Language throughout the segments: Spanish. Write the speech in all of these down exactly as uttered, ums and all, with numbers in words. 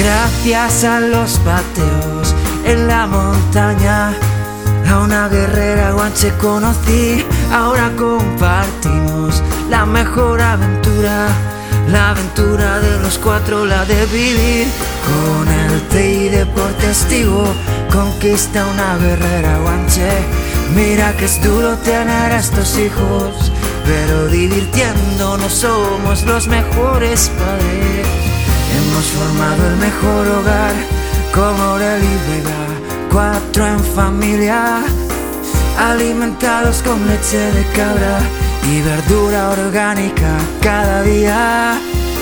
Gracias a los pateos en la montaña, a una guerrera guanche conocí. Ahora compartimos la mejor aventura, la aventura de los cuatro, la de vivir. Con el T I D por testigo, conquista una guerrera guanche. Mira que es duro tener a estos hijos, pero divirtiéndonos somos los mejores padres. Hemos formado el mejor hogar, como Aurel y Vega, cuatro en familia, alimentados con leche de cabra y verdura orgánica cada día.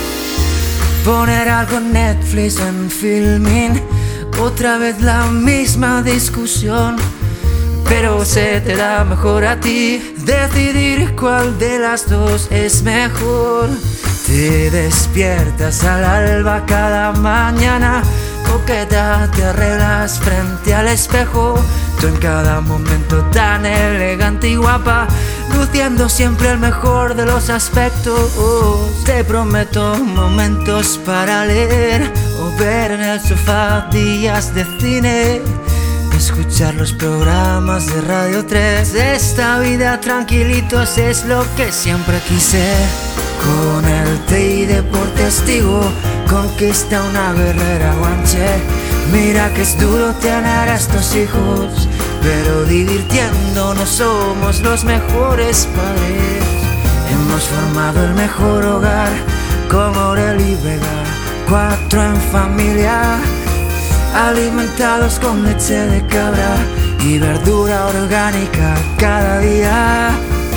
Poner algo en Netflix o en Filmin, otra vez la misma discusión, pero se te da mejor a ti decidir cuál de las dos es mejor. Te despiertas al alba cada mañana, coqueta, te arreglas frente al espejo, tú en cada momento tan elegante y guapa, luciendo siempre el mejor de los aspectos. Te prometo momentos para leer o ver en el sofá días de cine, escuchar los programas de Radio tres. Esta vida tranquilitos es lo que siempre quise. Con el T I D por testigo, conquista una guerrera guanche. Mira que es duro tener a estos hijos, pero divirtiéndonos somos los mejores padres. Hemos formado el mejor hogar, como Aurel y Vega, cuatro en familia, alimentados con leche de cabra y verdura orgánica cada día.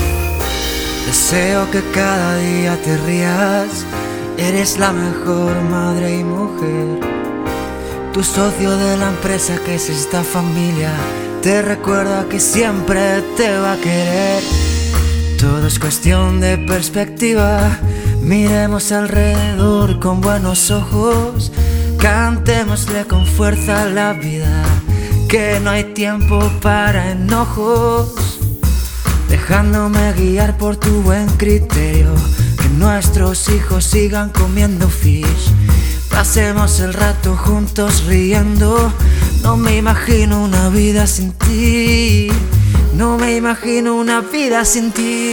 Deseo que cada día te rías, eres la mejor madre y mujer. Tu socio de la empresa que es esta familia te recuerda que siempre te va a querer. Todo es cuestión de perspectiva, miremos alrededor con buenos ojos, cantémosle con fuerza a la vida, que no hay tiempo para enojos. Dejándome guiar por tu buen criterio, que nuestros hijos sigan comiendo fish, pasemos el rato juntos riendo. No me imagino una vida sin ti, no me imagino una vida sin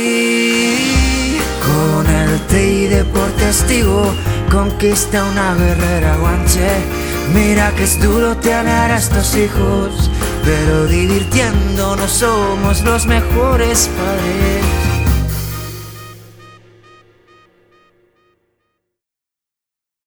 ti. Con el T I D por testigo, conquista una guerrera guanche. Mira que es duro tener a estos hijos, pero divirtiéndonos somos los mejores padres.